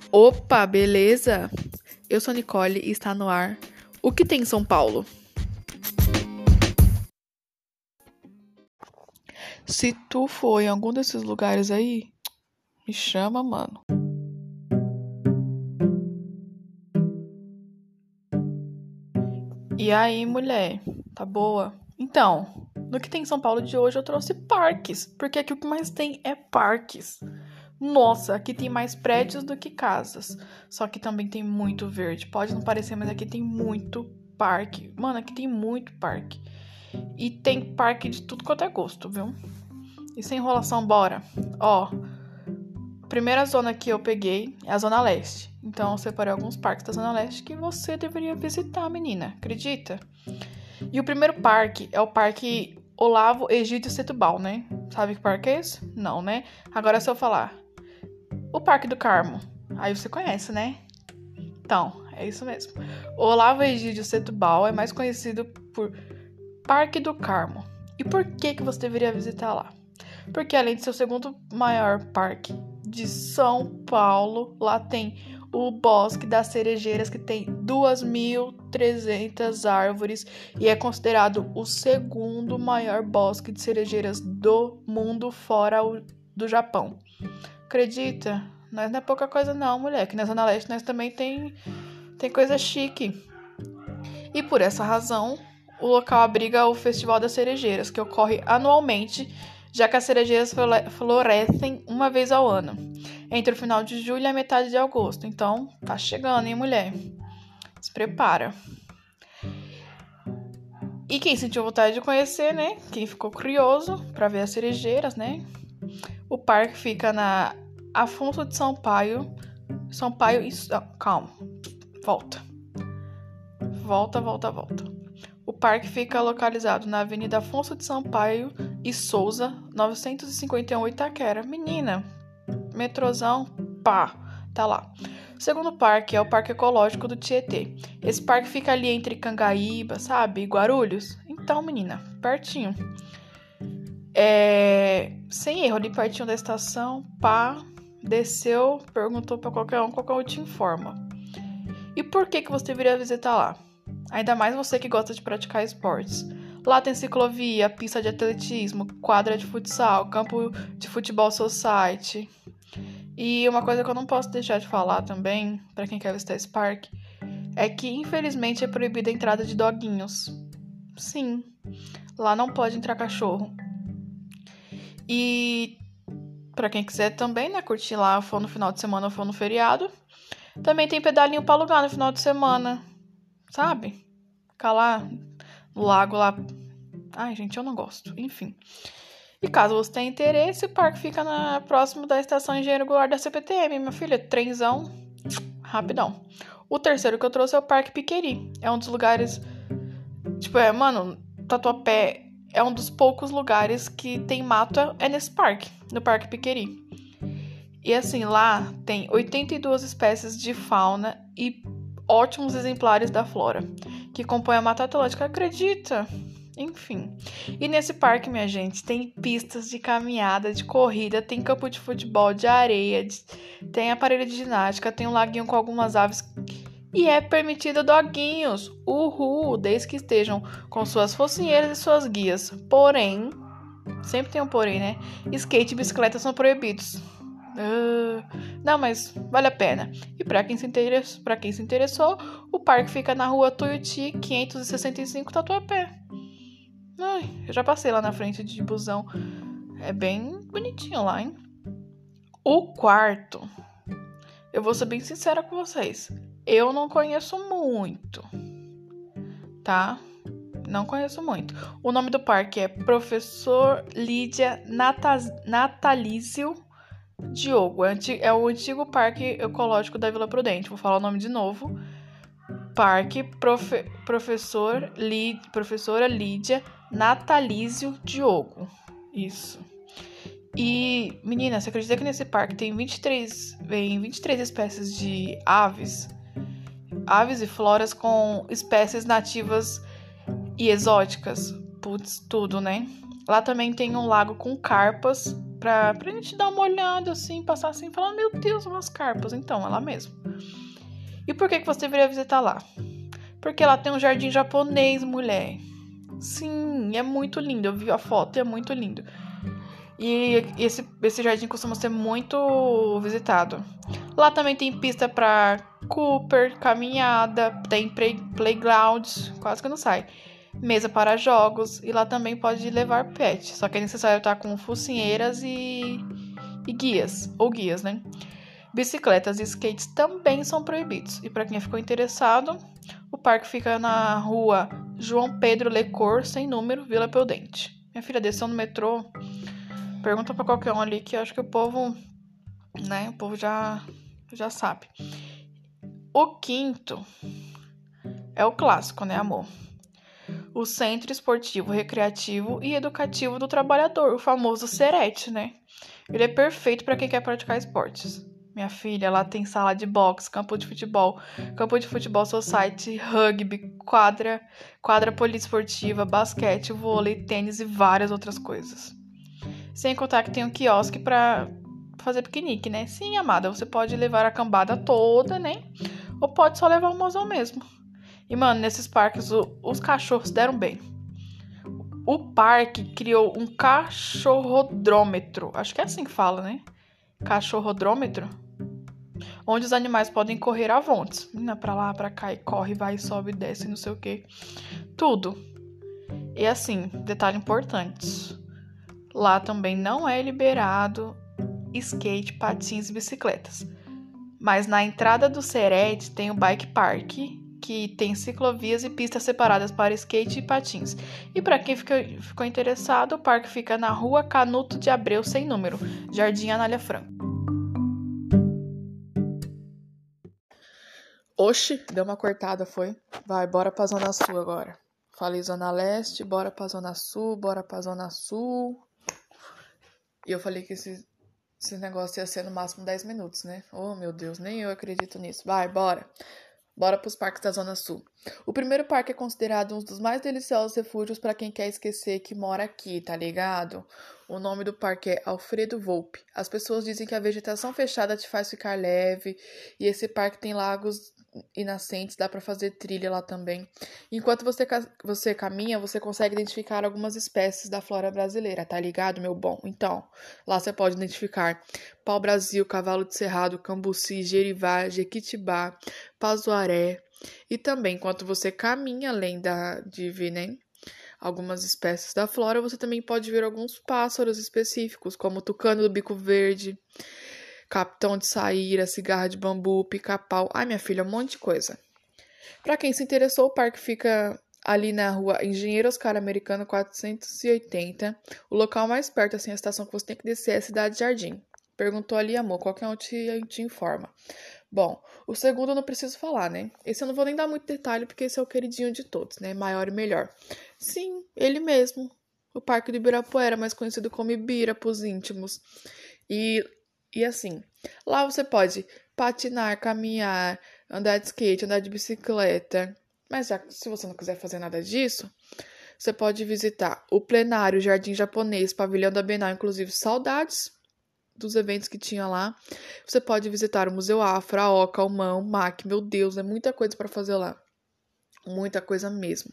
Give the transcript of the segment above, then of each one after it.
Opa, beleza? Eu sou a Nicole e está no ar. O que tem em São Paulo? Se tu for em algum desses lugares aí, me chama, mano. E aí, mulher? Tá boa? Então, no que tem em São Paulo de hoje eu trouxe parques, porque aqui o que mais tem é parques. Nossa, aqui tem mais prédios do que casas. Só que também tem muito verde. Pode não parecer, mas aqui tem muito parque. Mano, aqui tem muito parque. E tem parque de tudo quanto é gosto, viu? E sem enrolação, bora. Ó, primeira zona que eu peguei é a Zona Leste. Então eu separei alguns parques da Zona Leste que você deveria visitar, menina. Acredita? E o primeiro parque é o Parque Olavo Egídio Setúbal, né? Sabe que parque é esse? Não, né? Agora se eu falar o Parque do Carmo, aí você conhece, né? Então, é isso mesmo. O Olavo Egídio Setúbal é mais conhecido por Parque do Carmo. E por que você deveria visitar lá? Porque além de ser o segundo maior parque de São Paulo, lá tem o Bosque das Cerejeiras, que tem 2.300 árvores e é considerado o segundo maior bosque de cerejeiras do mundo, fora o do Japão. Acredita? Nós não é pouca coisa não, mulher. Aqui na Zona Leste nós também tem coisa chique. E por essa razão, o local abriga o Festival das Cerejeiras, que ocorre anualmente, já que as cerejeiras florescem uma vez ao ano, entre o final de julho e a metade de agosto. Então, tá chegando, hein, mulher? Se prepara. E quem sentiu vontade de conhecer, né? Quem ficou curioso para ver as cerejeiras, né? O parque fica na Afonso de Sampaio. Calma. Volta. O parque fica localizado na Avenida Afonso de Sampaio e Souza, 951 Itaquera. Menina, metrozão, pá, tá lá. O segundo parque é o Parque Ecológico do Tietê. Esse parque fica ali entre Cangaíba, sabe, e Guarulhos. Então, menina, pertinho. Sem erro, ali pertinho da estação, pá, desceu, perguntou pra qualquer um te informa. E por que você deveria visitar lá? Ainda mais você que gosta de praticar esportes. Lá tem ciclovia, pista de atletismo, quadra de futsal, campo de futebol society. E uma coisa que eu não posso deixar de falar também, para quem quer visitar esse parque, é que infelizmente é proibida a entrada de doguinhos. Sim, lá não pode entrar cachorro. E para quem quiser também, né, curtir lá, for no final de semana ou for no feriado, também tem pedalinho para alugar no final de semana. Sabe? Ficar lá no lago lá. Ai, gente, eu não gosto. Enfim. E caso você tenha interesse, o parque fica próximo da estação Engenheiro Goulart da CPTM, minha filha. Trenzão, rapidão. O terceiro que eu trouxe é o Parque Piqueri. É um dos lugares... mano, Tatuapé é um dos poucos lugares que tem mato, é nesse parque, no Parque Piqueri. E assim, lá tem 82 espécies de fauna e ótimos exemplares da flora, que compõem a Mata Atlântica, acredita? Enfim. E nesse parque, minha gente, tem pistas de caminhada, de corrida, tem campo de futebol, de areia, tem aparelho de ginástica, tem um laguinho com algumas aves e é permitido doguinhos. Uhul! Desde que estejam com suas focinheiras e suas guias. Porém, sempre tem um porém, né? Skate e bicicleta são proibidos. Não, mas vale a pena. E para quem se interessou, o parque fica na rua Tuiuti, 565, Tatuapé. Ai, eu já passei lá na frente de busão. É bem bonitinho lá, hein? O quarto, eu vou ser bem sincera com vocês, eu não conheço muito, tá? Não conheço muito. O nome do parque é Professor Lídia Natalício Diogo. É o antigo Parque Ecológico da Vila Prudente. Vou falar o nome de novo. Parque Professora Lídia Natalício Diogo. Isso. E, menina, você acredita que nesse parque tem 23 espécies de aves? Aves e floras com espécies nativas e exóticas. Putz, tudo, né? Lá também tem um lago com carpas pra gente dar uma olhada assim, passar assim e falar, meu Deus, umas carpas. Então, é lá mesmo. E por que você deveria visitar lá? Porque lá tem um jardim japonês, mulher. Sim, é muito lindo. Eu vi a foto e é muito lindo. E esse jardim costuma ser muito visitado. Lá também tem pista pra Cooper, caminhada, tem playgrounds, quase que não sai. Mesa para jogos, e lá também pode levar pet. Só que é necessário estar com focinheiras e guias, ou guias, né? Bicicletas e skates também são proibidos. E para quem ficou interessado, o parque fica na rua João Pedro Lecor, sem número, Vila Prudente. Minha filha desceu no metrô, pergunta para qualquer um ali que eu acho que o povo, né, o povo já sabe. O quinto é o clássico, né, amor? O Centro Esportivo, Recreativo e Educativo do Trabalhador, o famoso CERET, né? Ele é perfeito para quem quer praticar esportes. Minha filha, lá tem sala de boxe, campo de futebol society, rugby, quadra poliesportiva, basquete, vôlei, tênis e várias outras coisas. Sem contar que tem um quiosque para fazer piquenique, né? Sim, amada, você pode levar a cambada toda, né? Ou pode só levar o mozão mesmo. E, mano, nesses parques os cachorros deram bem. O parque criou um cachorrodrômetro. Acho que é assim que fala, né? Cachorrodrômetro. Onde os animais podem correr à vontade. Menina, pra lá, pra cá, e corre, vai, sobe, desce, não sei o que. Tudo. E assim, detalhe importante. Lá também não é liberado skate, patins e bicicletas. Mas na entrada do CERET tem o bike park, que tem ciclovias e pistas separadas para skate e patins. E para quem ficou interessado, o parque fica na rua Canuto de Abreu, sem número, Jardim Anália Franco. Oxi, deu uma cortada, foi? Vai, bora pra Zona Sul agora. Falei Zona Leste, bora pra Zona Sul, bora pra Zona Sul. E eu falei que esse negócio ia ser no máximo 10 minutos, né? Oh, meu Deus, nem eu acredito nisso. Vai, bora. Bora pros parques da Zona Sul. O primeiro parque é considerado um dos mais deliciosos refúgios para quem quer esquecer que mora aqui, tá ligado? O nome do parque é Alfredo Volpi. As pessoas dizem que a vegetação fechada te faz ficar leve, e esse parque tem lagos e nascentes, dá para fazer trilha lá também. Enquanto você caminha, você consegue identificar algumas espécies da flora brasileira, tá ligado, meu bom? Então, lá você pode identificar pau-brasil, cavalo de cerrado, cambuci, jerivá, jequitibá, pazuaré. E também, enquanto você caminha além de ver, né, algumas espécies da flora, você também pode ver alguns pássaros específicos, como o tucano do bico verde, capitão de saíra, cigarra de bambu, pica-pau. Ai, minha filha, um monte de coisa. Para quem se interessou, o parque fica ali na rua Engenheiro Oscar Americano 480. O local mais perto, assim, a estação que você tem que descer é a Cidade Jardim. Perguntou ali, amor, qualquer um te informa. Bom, o segundo eu não preciso falar, né? Esse eu não vou nem dar muito detalhe, porque esse é o queridinho de todos, né? Maior e melhor. Sim, ele mesmo. O Parque do Ibirapuera, mais conhecido como Ibira pros íntimos. E assim, lá você pode patinar, caminhar, andar de skate, andar de bicicleta. Mas se você não quiser fazer nada disso, você pode visitar o plenário, Jardim Japonês, Pavilhão da Bienal, inclusive saudades dos eventos que tinha lá. Você pode visitar o Museu Afro, a Oca, o MAM, o MAC. Meu Deus, é muita coisa para fazer lá. Muita coisa mesmo.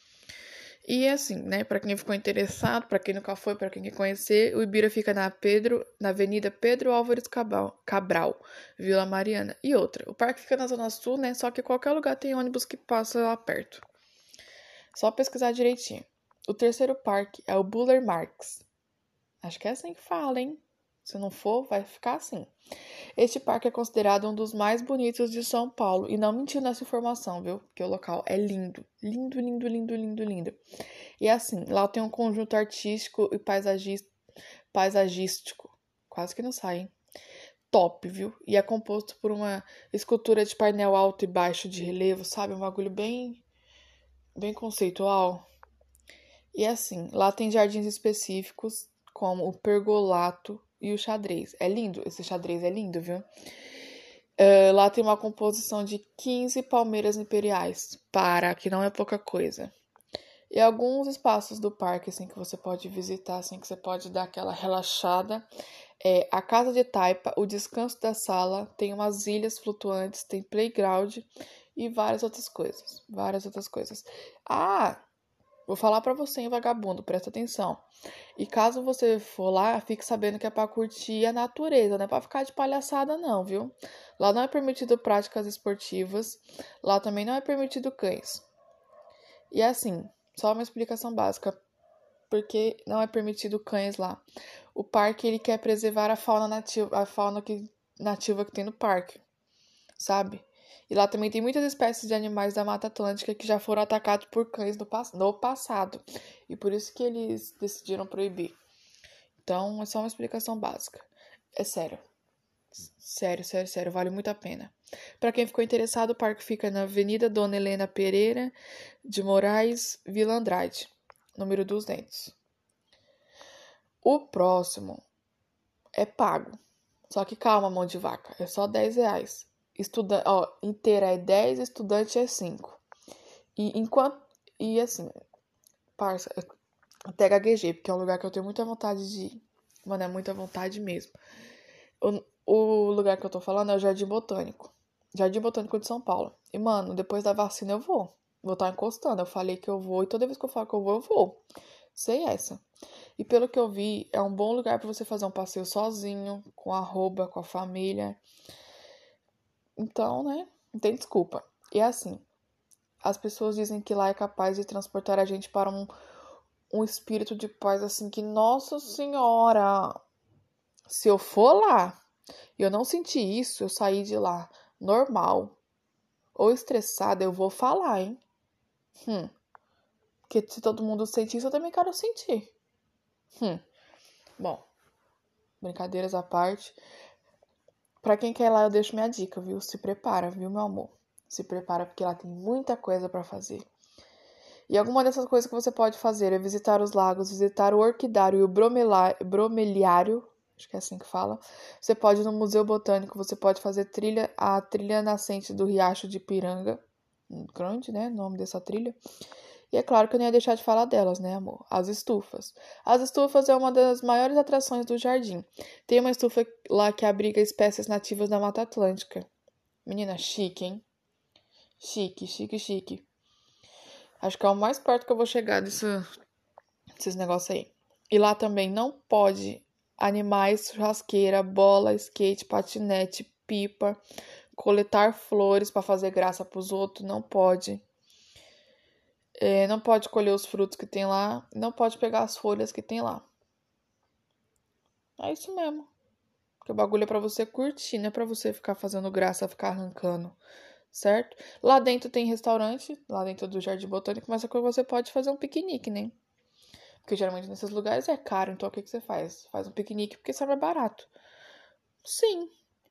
E assim, né, para quem ficou interessado, para quem nunca foi, para quem quer conhecer, o Ibira fica na Avenida Pedro Álvares Cabral, Vila Mariana. E outra, o parque fica na Zona Sul, né, só que qualquer lugar tem ônibus que passa lá perto. Só pesquisar direitinho. O terceiro parque é o Buller Marx. Acho que é assim que fala, hein? Se não for, vai ficar assim. Este parque é considerado um dos mais bonitos de São Paulo. E não mentiu nessa informação, viu? Porque o local é lindo. Lindo, lindo, lindo, lindo, lindo. E assim, lá tem um conjunto artístico e paisagístico. Quase que não sai, hein? Top, viu? E é composto por uma escultura de painel alto e baixo de relevo, sabe? Um bagulho bem conceitual. E assim, lá tem jardins específicos, como o pergolato e o xadrez. É lindo, esse xadrez é lindo, viu? Lá tem uma composição de 15 palmeiras imperiais, que não é pouca coisa. E alguns espaços do parque, assim, que você pode visitar, assim, que você pode dar aquela relaxada. É a Casa de Taipa, o Descanso da Sala, tem umas ilhas flutuantes, tem playground e várias outras coisas. Várias outras coisas. Ah, vou falar pra você, hein, vagabundo, presta atenção. E caso você for lá, fique sabendo que é pra curtir a natureza, não é pra ficar de palhaçada não, viu? Lá não é permitido práticas esportivas, lá também não é permitido cães. E assim, só uma explicação básica, porque não é permitido cães lá. O parque, ele quer preservar a fauna nativa, nativa que tem no parque, sabe? E lá também tem muitas espécies de animais da Mata Atlântica que já foram atacados por cães no passado. E por isso que eles decidiram proibir. Então, é só uma explicação básica. É sério. Sério, sério, sério. Vale muito a pena. Para quem ficou interessado, o parque fica na Avenida Dona Helena Pereira de Moraes, Vila Andrade, número 200. O próximo é pago. Só que calma, mão de vaca. É só R$10. Inteira é 10, estudante é 5. E assim, parça, até gaguejei, porque é um lugar que eu tenho muita vontade de ir. Mano, é muita vontade mesmo. O lugar que eu tô falando é o Jardim Botânico. Jardim Botânico de São Paulo. E, mano, depois da vacina eu vou. Vou estar encostando. Eu falei que eu vou e toda vez que eu falo que eu vou. Sei essa. E pelo que eu vi, é um bom lugar pra você fazer um passeio sozinho, com a arroba, com a família. Então, né, não tem desculpa. E assim, as pessoas dizem que lá é capaz de transportar a gente para um espírito de paz assim que, nossa senhora, se eu for lá e eu não sentir isso, eu sair de lá normal ou estressada, eu vou falar, hein? Porque se todo mundo sente isso, eu também quero sentir. Bom, brincadeiras à parte. Pra quem quer ir lá, eu deixo minha dica, viu? Se prepara, viu, meu amor? Se prepara, porque lá tem muita coisa pra fazer. E alguma dessas coisas que você pode fazer é visitar os lagos, visitar o orquidário e o bromeliário, acho que é assim que fala. Você pode ir no Museu Botânico, você pode fazer a trilha nascente do Riacho de Piranga. Grande, né? O nome dessa trilha. E é claro que eu não ia deixar de falar delas, né, amor? As estufas. As estufas é uma das maiores atrações do jardim. Tem uma estufa lá que abriga espécies nativas da Mata Atlântica. Menina, chique, hein? Chique, chique, chique. Acho que é o mais perto que eu vou chegar desses negócios aí. E lá também não pode animais, churrasqueira, bola, skate, patinete, pipa, coletar flores para fazer graça pros outros, não pode. Não pode colher os frutos que tem lá, não pode pegar as folhas que tem lá. É isso mesmo. Porque o bagulho é pra você curtir, não é pra você ficar fazendo graça, ficar arrancando, certo? Lá dentro tem restaurante, lá dentro do Jardim Botânico, mas é que você pode fazer um piquenique, né? Porque geralmente nesses lugares é caro, então o que você faz? Faz um piquenique porque sai mais barato. Sim.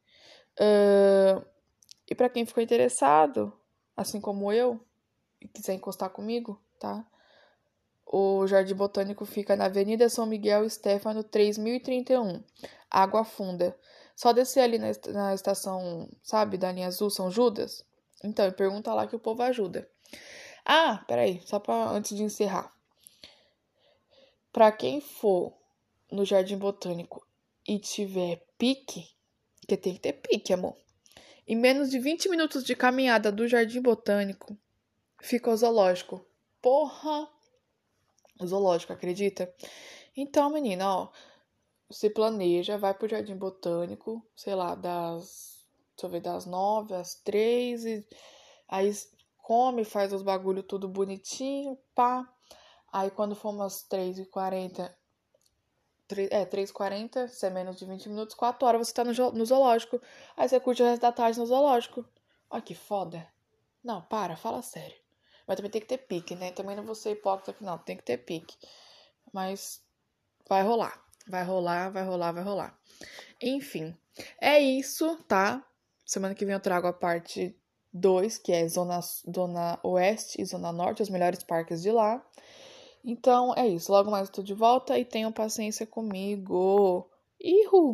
E pra quem ficou interessado, assim como eu, e quiser encostar comigo, tá? O Jardim Botânico fica na Avenida São Miguel Estéfano 3031, Água Funda. Só descer ali na estação, sabe, da linha azul, São Judas? Então, pergunta lá que o povo ajuda. Ah, peraí, só pra antes de encerrar. Pra quem for no Jardim Botânico e tiver pique, porque tem que ter pique, amor. Em menos de 20 minutos de caminhada do Jardim Botânico, fica o zoológico. Porra! O zoológico, acredita? Então, menina, ó, se planeja, vai pro Jardim Botânico, sei lá, das 9 às 3, e aí come, faz os bagulho tudo bonitinho, pá. Aí quando for umas 3h40, 3h40, se é menos de 20 minutos, 4 horas você tá no zoológico. Aí você curte o resto da tarde no zoológico. Olha que foda. Não, fala sério. Mas também tem que ter pique, né? Também não vou ser hipócrita aqui, não. Tem que ter pique. Mas vai rolar. Vai rolar, vai rolar, vai rolar. Enfim, é isso, tá? Semana que vem eu trago a parte 2, que é Zona Oeste e Zona Norte, os melhores parques de lá. Então, é isso. Logo mais eu tô de volta e tenham paciência comigo. Ihu!